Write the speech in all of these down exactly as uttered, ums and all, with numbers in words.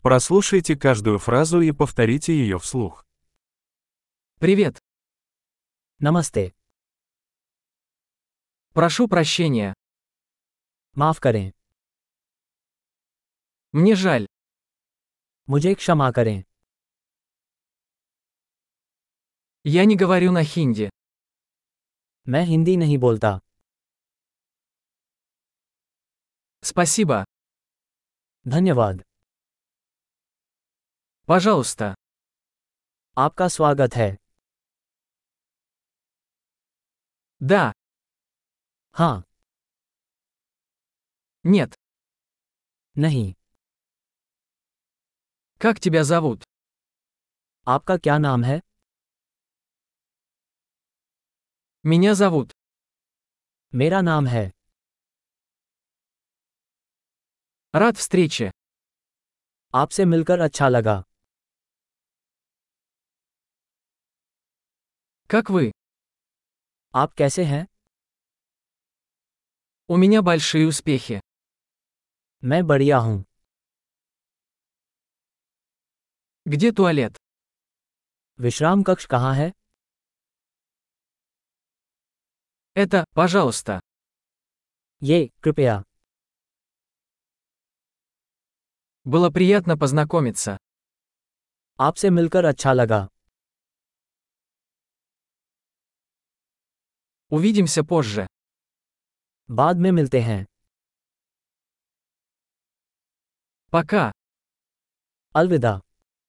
Прослушайте каждую фразу и повторите ее вслух. Привет. नमस्ते। Прошу прощения. माफ करें। Мне жаль. मुझे क्षमा करें। Я не говорю на хинди. मैं हिंदी नहीं बोलता। Спасибо. धन्यवाद। Пожалуйста. आपका स्वागत है। Да. हाँ। Нет. नहीं। Как тебя зовут? आपका क्या नाम है? Меня зовут. मेरा नाम है। Рад встрече. आपसे मिलकर अच्छा लगा। Как вы? आप कैसे हैं? У меня большие успехи. मैं बढ़िया हूँ। Где туалет? विश्राम कक्ष कहाँ है? Это, пожалуйста. ये, कृपया। Было приятно познакомиться. आपसे मिलकर अच्छा लगा। Увидимся позже. बाद में मिलते हैं। Пока. अलविदा।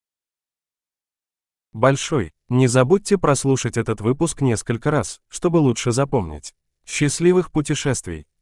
Большой. Не забудьте прослушать этот выпуск несколько раз, чтобы лучше запомнить. Счастливых путешествий!